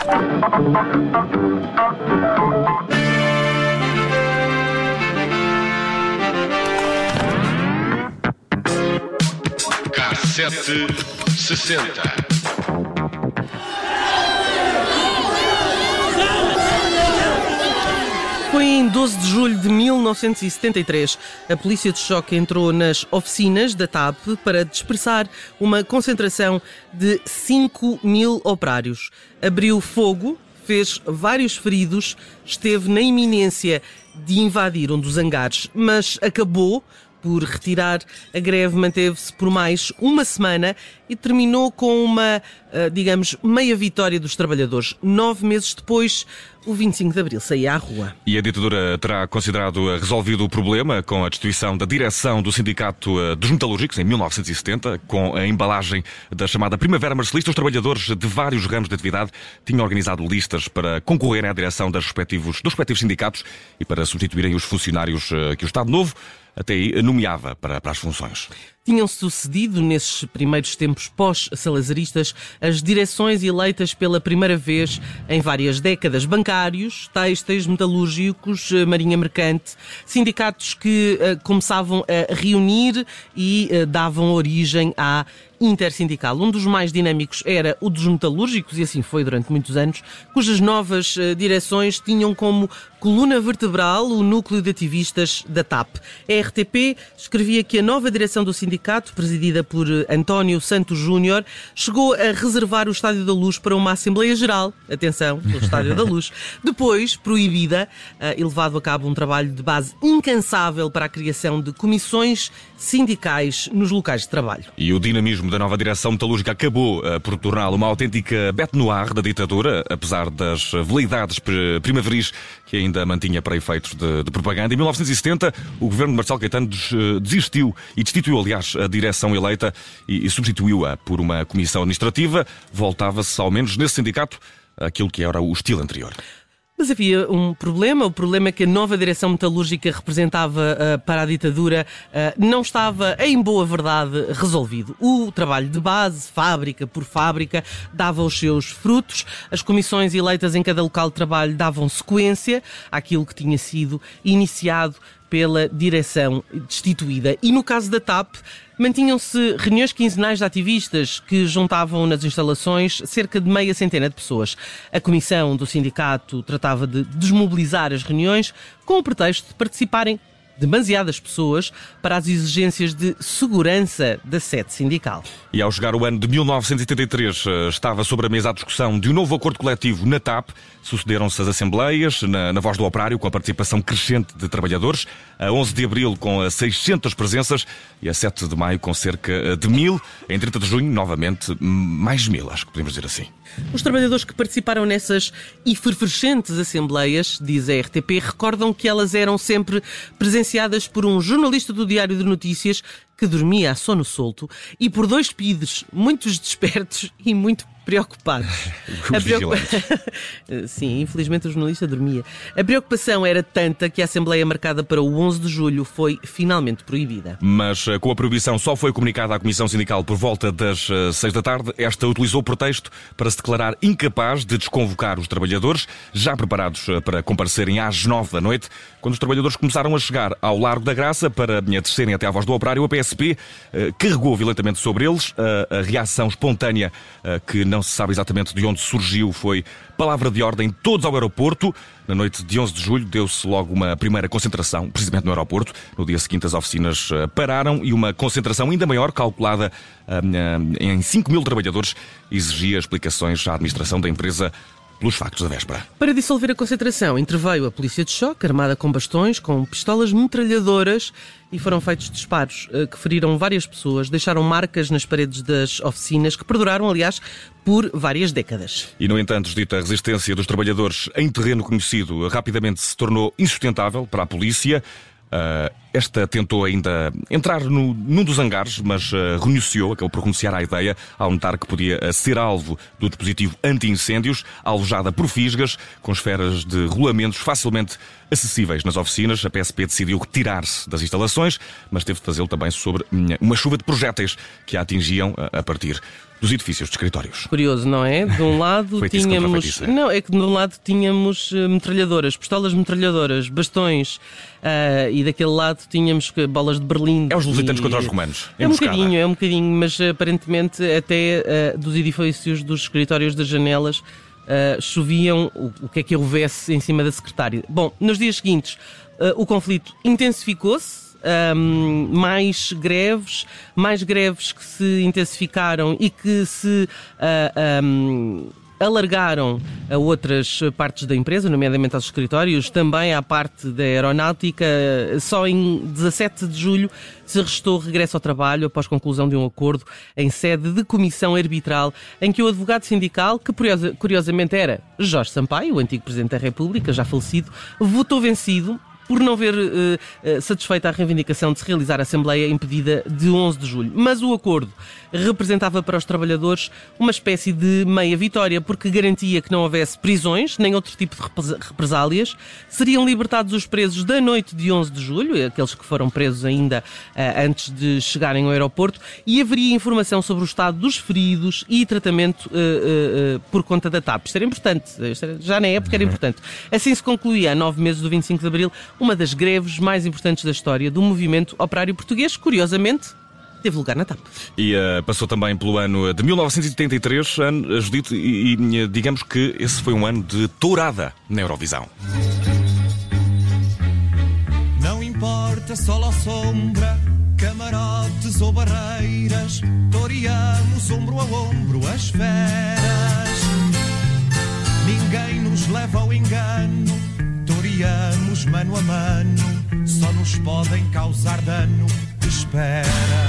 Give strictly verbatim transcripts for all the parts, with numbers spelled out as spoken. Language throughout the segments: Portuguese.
Cassete sessenta. Foi em doze de julho de mil novecentos e setenta e três. A polícia de choque entrou nas oficinas da T A P para dispersar uma concentração de cinco mil operários. Abriu fogo, fez vários feridos, esteve na iminência de invadir um dos hangares, mas acabou por retirar. A greve manteve-se por mais uma semana e terminou com uma, digamos, meia vitória dos trabalhadores. Nove meses depois, o vinte e cinco de abril saía à rua. E a ditadura terá considerado resolvido o problema com a destituição da direção do Sindicato dos Metalúrgicos em mil novecentos e setenta, com a embalagem da chamada Primavera Marcelista. Os trabalhadores de vários ramos de atividade tinham organizado listas para concorrerem à direção das respectivos, dos respectivos sindicatos e para substituírem os funcionários que o Estado Novo até aí nomeava para, para as funções. Tinham sucedido, nesses primeiros tempos pós-salazaristas, as direções eleitas pela primeira vez em várias décadas. Bancários, têxteis, metalúrgicos, marinha mercante, sindicatos que uh, começavam a reunir e uh, davam origem à intersindical. Um dos mais dinâmicos era o dos metalúrgicos, e assim foi durante muitos anos, cujas novas uh, direções tinham como coluna vertebral o núcleo de ativistas da T A P. A R T P escrevia que a nova direção do sindicato, presidida por António Santos Júnior, chegou a reservar o Estádio da Luz para uma Assembleia Geral. Atenção, o Estádio da Luz. Depois, proibida, uh, e levado a cabo um trabalho de base incansável para a criação de comissões sindicais nos locais de trabalho. E o dinamismo da nova direção metalúrgica acabou uh, por torná-la uma autêntica bête noire da ditadura, apesar das veleidades primaveris que ainda mantinha para efeitos de, de propaganda. Em mil novecentos e setenta, o governo de Marcelo Caetano desistiu e destituiu, aliás, a direção eleita e, e substituiu-a por uma comissão administrativa. Voltava-se, ao menos nesse sindicato, àquilo que era o estilo anterior. Mas havia um problema. O problema é que a nova direção metalúrgica representava uh, para a ditadura uh, não estava, em boa verdade, resolvido. O trabalho de base, fábrica por fábrica, dava os seus frutos. As comissões eleitas em cada local de trabalho davam sequência àquilo que tinha sido iniciado pela direção destituída. E no caso da T A P, mantinham-se reuniões quinzenais de ativistas que juntavam nas instalações cerca de meia centena de pessoas. A comissão do sindicato tratava de desmobilizar as reuniões com o pretexto de participarem demasiadas pessoas para as exigências de segurança da sede sindical. E ao chegar o ano de mil novecentos e setenta e três, estava sobre a mesa a discussão de um novo acordo coletivo na T A P. Sucederam-se as assembleias na, na Voz do Operário, com a participação crescente de trabalhadores, a onze de abril com seiscentas presenças e a sete de maio com cerca de mil. Em trinta de junho, novamente, mais mil, acho que podemos dizer assim. Os trabalhadores que participaram nessas efervescentes assembleias, diz a R T P, recordam que elas eram sempre presenciadas por um jornalista do Diário de Notícias que dormia a sono solto e por dois pides muito despertos e muito preocupados. Os vigilantes. Sim, infelizmente o jornalista dormia. A preocupação era tanta que a Assembleia marcada para o onze de julho foi finalmente proibida. Mas com a proibição só foi comunicada à Comissão Sindical por volta das seis da tarde. Esta utilizou o pretexto para se declarar incapaz de desconvocar os trabalhadores, já preparados para comparecerem às nove da noite. Quando os trabalhadores começaram a chegar ao Largo da Graça para descerem até à Voz do Operário, a P S P eh, carregou violentamente sobre eles. A, a reação espontânea, eh, que não se sabe exatamente de onde surgiu, foi palavra de ordem: todos ao aeroporto. Na noite de onze de julho deu-se logo uma primeira concentração, precisamente no aeroporto. No dia seguinte as oficinas eh, pararam e uma concentração ainda maior, calculada eh, em cinco mil trabalhadores, exigia explicações à administração da empresa pelos factos da véspera. Para dissolver a concentração, interveio a polícia de choque, armada com bastões, com pistolas metralhadoras, e foram feitos disparos que feriram várias pessoas, deixaram marcas nas paredes das oficinas, que perduraram, aliás, por várias décadas. E, no entanto, dita resistência dos trabalhadores em terreno conhecido rapidamente se tornou insustentável para a polícia. Uh, esta tentou ainda entrar no, num dos hangares, mas uh, renunciou, acabou por renunciar à ideia, ao notar que podia uh, ser alvo do dispositivo anti-incêndios, alojada por fisgas, com esferas de rolamentos facilmente acessíveis nas oficinas. A P S P decidiu retirar-se das instalações, mas teve de fazê-lo também sobre uma chuva de projéteis que a atingiam uh, a partir dos edifícios de escritórios. Curioso, não é? De um lado Feitiço contra tínhamos. feitiço, é? Não, é que de um lado tínhamos uh, metralhadoras, pistolas metralhadoras, bastões, uh, e daquele lado tínhamos que- bolas de Berlim. É os lusitanos e- contra os romanos. É um Emboscada. bocadinho, é um bocadinho, mas uh, aparentemente até uh, dos edifícios dos escritórios das janelas uh, choviam o, o que é que houvesse em cima da secretária. Bom, nos dias seguintes uh, o conflito intensificou-se. Um, mais greves, mais greves que se intensificaram e que se uh, um, alargaram a outras partes da empresa, nomeadamente aos escritórios, também à parte da aeronáutica. Só em dezassete de julho se restou regresso ao trabalho após conclusão de um acordo em sede de comissão arbitral em que o advogado sindical, que curiosamente era Jorge Sampaio, o antigo Presidente da República, já falecido, votou vencido por não ver uh, uh, satisfeita a reivindicação de se realizar a Assembleia impedida de onze de julho. Mas o acordo representava para os trabalhadores uma espécie de meia vitória, porque garantia que não houvesse prisões, nem outro tipo de represálias, seriam libertados os presos da noite de onze de julho, aqueles que foram presos ainda uh, antes de chegarem ao aeroporto, e haveria informação sobre o estado dos feridos e tratamento uh, uh, uh, por conta da T A P. Isto era importante, isto era, já na época era importante. Assim se concluía, a nove meses do vinte e cinco de abril, uma das greves mais importantes da história do movimento operário português. Curiosamente, teve lugar na T A P. E uh, passou também pelo ano de mil novecentos e setenta e três, ano, Judite, e, e digamos que esse foi um ano de tourada na Eurovisão. Não importa sol ou sombra, camarotes ou barreiras, toreamos ombro a ombro as feras. Ninguém nos leva ao engano, toreamos mano a mano, só nos podem causar dano esperas.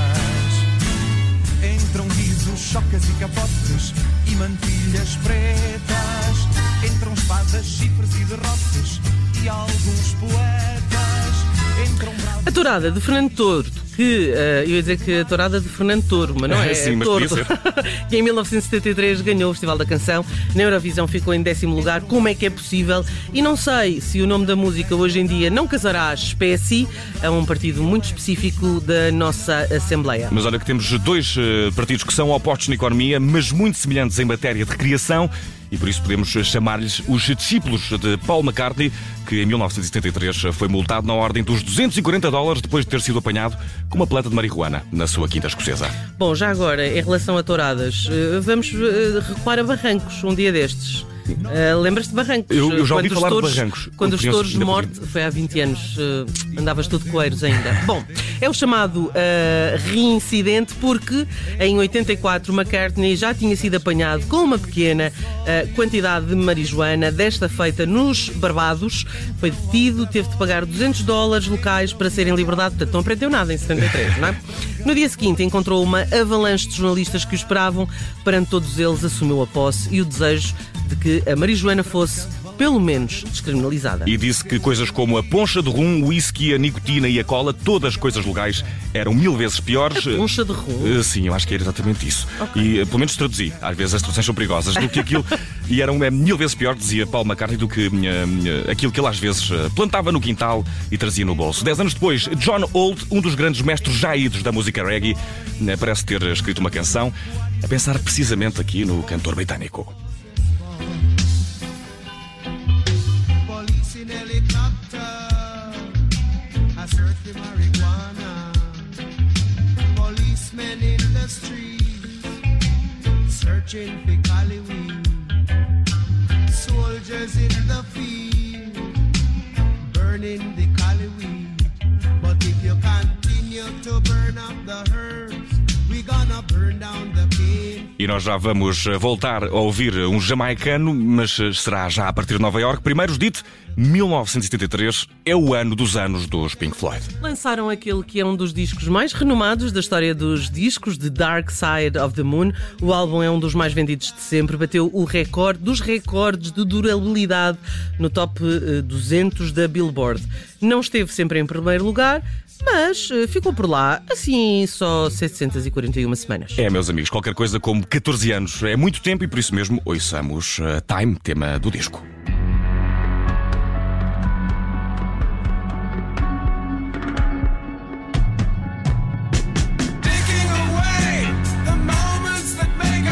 Entram risos, chocas e capotes e mantilhas pretas, entram espadas, chifres e derrotes e alguns poetas, entram bravos... A tourada de Fernando Tordo, que uh, eu ia dizer que a tourada de Fernando Touro, mas não é, Sim, é mas Tordo, podia que em mil novecentos e setenta e três ganhou o Festival da Canção, na Eurovisão ficou em décimo lugar. Como é que é possível? E não sei se o nome da música hoje em dia não casará espécie a um partido muito específico da nossa Assembleia. Mas olha que temos dois uh, partidos que são opostos na economia, mas muito semelhantes em matéria de criação, e por isso podemos chamar-lhes os discípulos de Paul McCartney, que em mil novecentos e setenta e três foi multado na ordem dos duzentos e quarenta dólares depois de ter sido apanhado com uma planta de marihuana na sua quinta escocesa. Bom, já agora, em relação a touradas, uh, vamos uh, recuar a Barrancos um dia destes. Uh, Lembras-te de Barrancos? Eu, eu já ouvi Quando os falar touros, de Barrancos. Quando os Conheço- touros de ainda morte, podia. foi há vinte anos, uh, andavas tudo coeiros ainda. Bom, é o chamado uh, reincidente, porque em oitenta e quatro McCartney já tinha sido apanhado com uma pequena uh, quantidade de marijuana, desta feita nos Barbados. Foi detido, teve de pagar duzentos dólares locais para ser em liberdade, portanto não aprendeu nada em setenta e três, não é? No dia seguinte encontrou uma avalanche de jornalistas que o esperavam. Perante todos eles assumiu a posse e o desejo de que a marijuana fosse, pelo menos, descriminalizada. E disse que coisas como a poncha de rum, o whisky, a nicotina e a cola, todas coisas legais, eram mil vezes piores. Poncha de rum? Uh, Sim, eu acho que era exatamente isso. Ok. E uh, pelo menos traduzi. Às vezes as traduções são perigosas do que aquilo. E eram é, mil vezes pior, dizia Paul McCartney, do que uh, uh, aquilo que ele às vezes uh, plantava no quintal e trazia no bolso. Dez anos depois, John Holt, um dos grandes mestres já idos da música reggae, uh, parece ter escrito uma canção a pensar precisamente aqui no cantor britânico. Police in helicopter, I search for marijuana. Policemen in the streets, searching for cali weed. Soldiers in the field, burning the cali weed. But if you continue to burn up the herbs, we gonna burn down the cane. E nós já vamos voltar a ouvir um jamaicano, mas será já a partir de Nova Iorque. Primeiro dito, mil novecentos e setenta e três é o ano dos anos dos Pink Floyd. Lançaram aquele que é um dos discos mais renomados da história dos discos, The Dark Side of the Moon. O álbum é um dos mais vendidos de sempre, bateu o recorde dos recordes de durabilidade no top duzentos da Billboard. Não esteve sempre em primeiro lugar, mas ficou por lá, assim, só setecentas e quarenta e uma semanas. É, meus amigos, qualquer coisa como catorze anos é muito tempo e por isso mesmo ouçamos uh, Time, tema do disco. Taking away the moments that make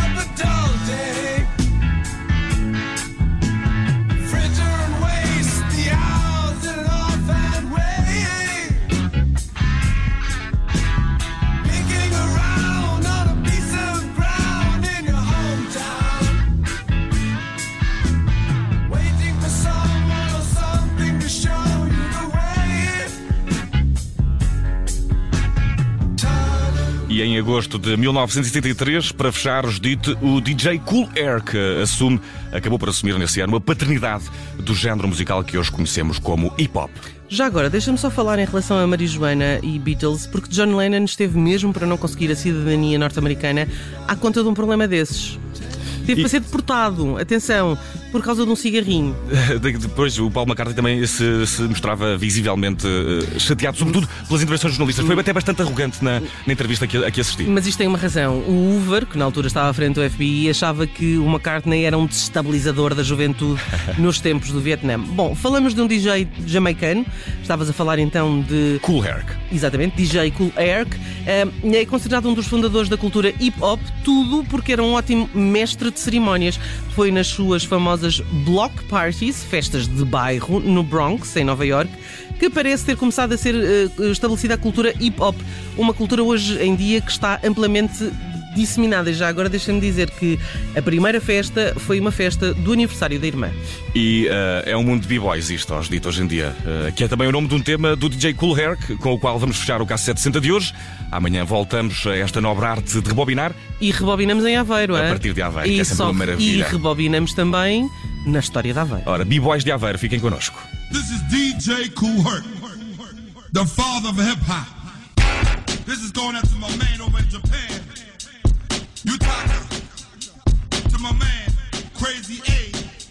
E em agosto de mil novecentos e setenta e três, para fechar, Judite, o D J Kool Herc assume, acabou por assumir nesse ano a paternidade do género musical que hoje conhecemos como hip-hop. Já agora, deixa-me só falar em relação a Marijuana e Beatles, porque John Lennon esteve mesmo para não conseguir a cidadania norte-americana à conta de um problema desses. Teve E... para ser deportado, atenção, por causa de um cigarrinho. Depois o Paul McCartney também se, se mostrava visivelmente uh, chateado, sobretudo pelas intervenções jornalistas. Foi até bastante arrogante na, na entrevista que, a que assisti. Mas isto tem uma razão. O Hoover, que na altura estava à frente do F B I, achava que o McCartney era um desestabilizador da juventude nos tempos do Vietnã. Bom, falamos de um D J jamaicano. Estavas a falar então de... Kool Herc. Exatamente, D J Kool Herc. É considerado um dos fundadores da cultura hip-hop, tudo porque era um ótimo mestre de cerimónias. Foi nas suas famosas block parties, festas de bairro, no Bronx, em Nova York, que parece ter começado a ser uh, estabelecida a cultura hip-hop. Uma cultura hoje em dia que está amplamente disseminada. E já agora deixa-me dizer que a primeira festa foi uma festa do aniversário da irmã. E uh, é um mundo de b-boys isto, aos dito hoje em dia, uh, que é também o nome de um tema do D J Kool Herc, com o qual vamos fechar o K sete sessenta de hoje. Amanhã voltamos a esta nobre arte de rebobinar. E rebobinamos em Aveiro, A é? partir de Aveiro, e que é sempre só, uma maravilha. E rebobinamos também na história de Aveiro. Ora, b-boys de Aveiro, fiquem connosco. This is D J Kool Herc, the father of hip-hop. This is going out to my man over in Japan, Utaka, to my man, Crazy A.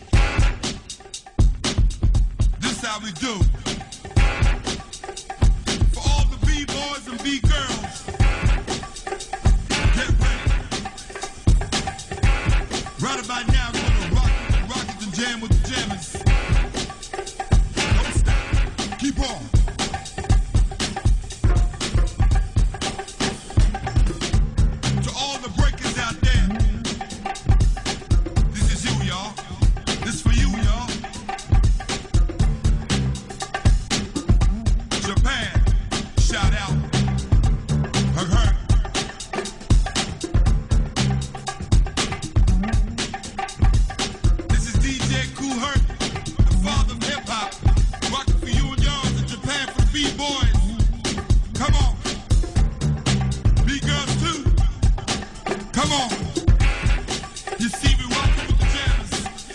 This how we do. For all the B-boys and B-girls, get ready. Right about now, we're gonna rock with the rockets and jam with the jammers. Don't stop. Keep on. To all the breakers out there, this is you, y'all. This for you, y'all. Japan, shout out. Hug, hug. This is D J Kool Herc, the father of hip hop. Rocking for you and yours in Japan for the B-boys. Come on. B-girls too. Come on. You see me rocking with the jammers.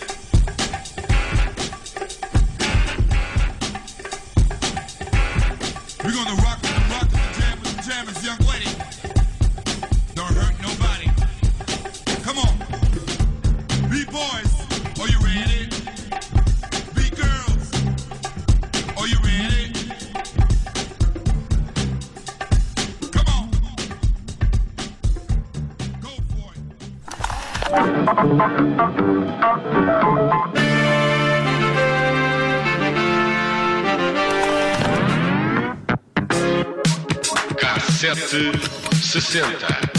We're gonna rock with the rock with the jam with the jammers, young lady. Don't hurt nobody. Come on. B-boys, are you ready? B-girls, are you ready? Come on. Go for it. K sete sessenta.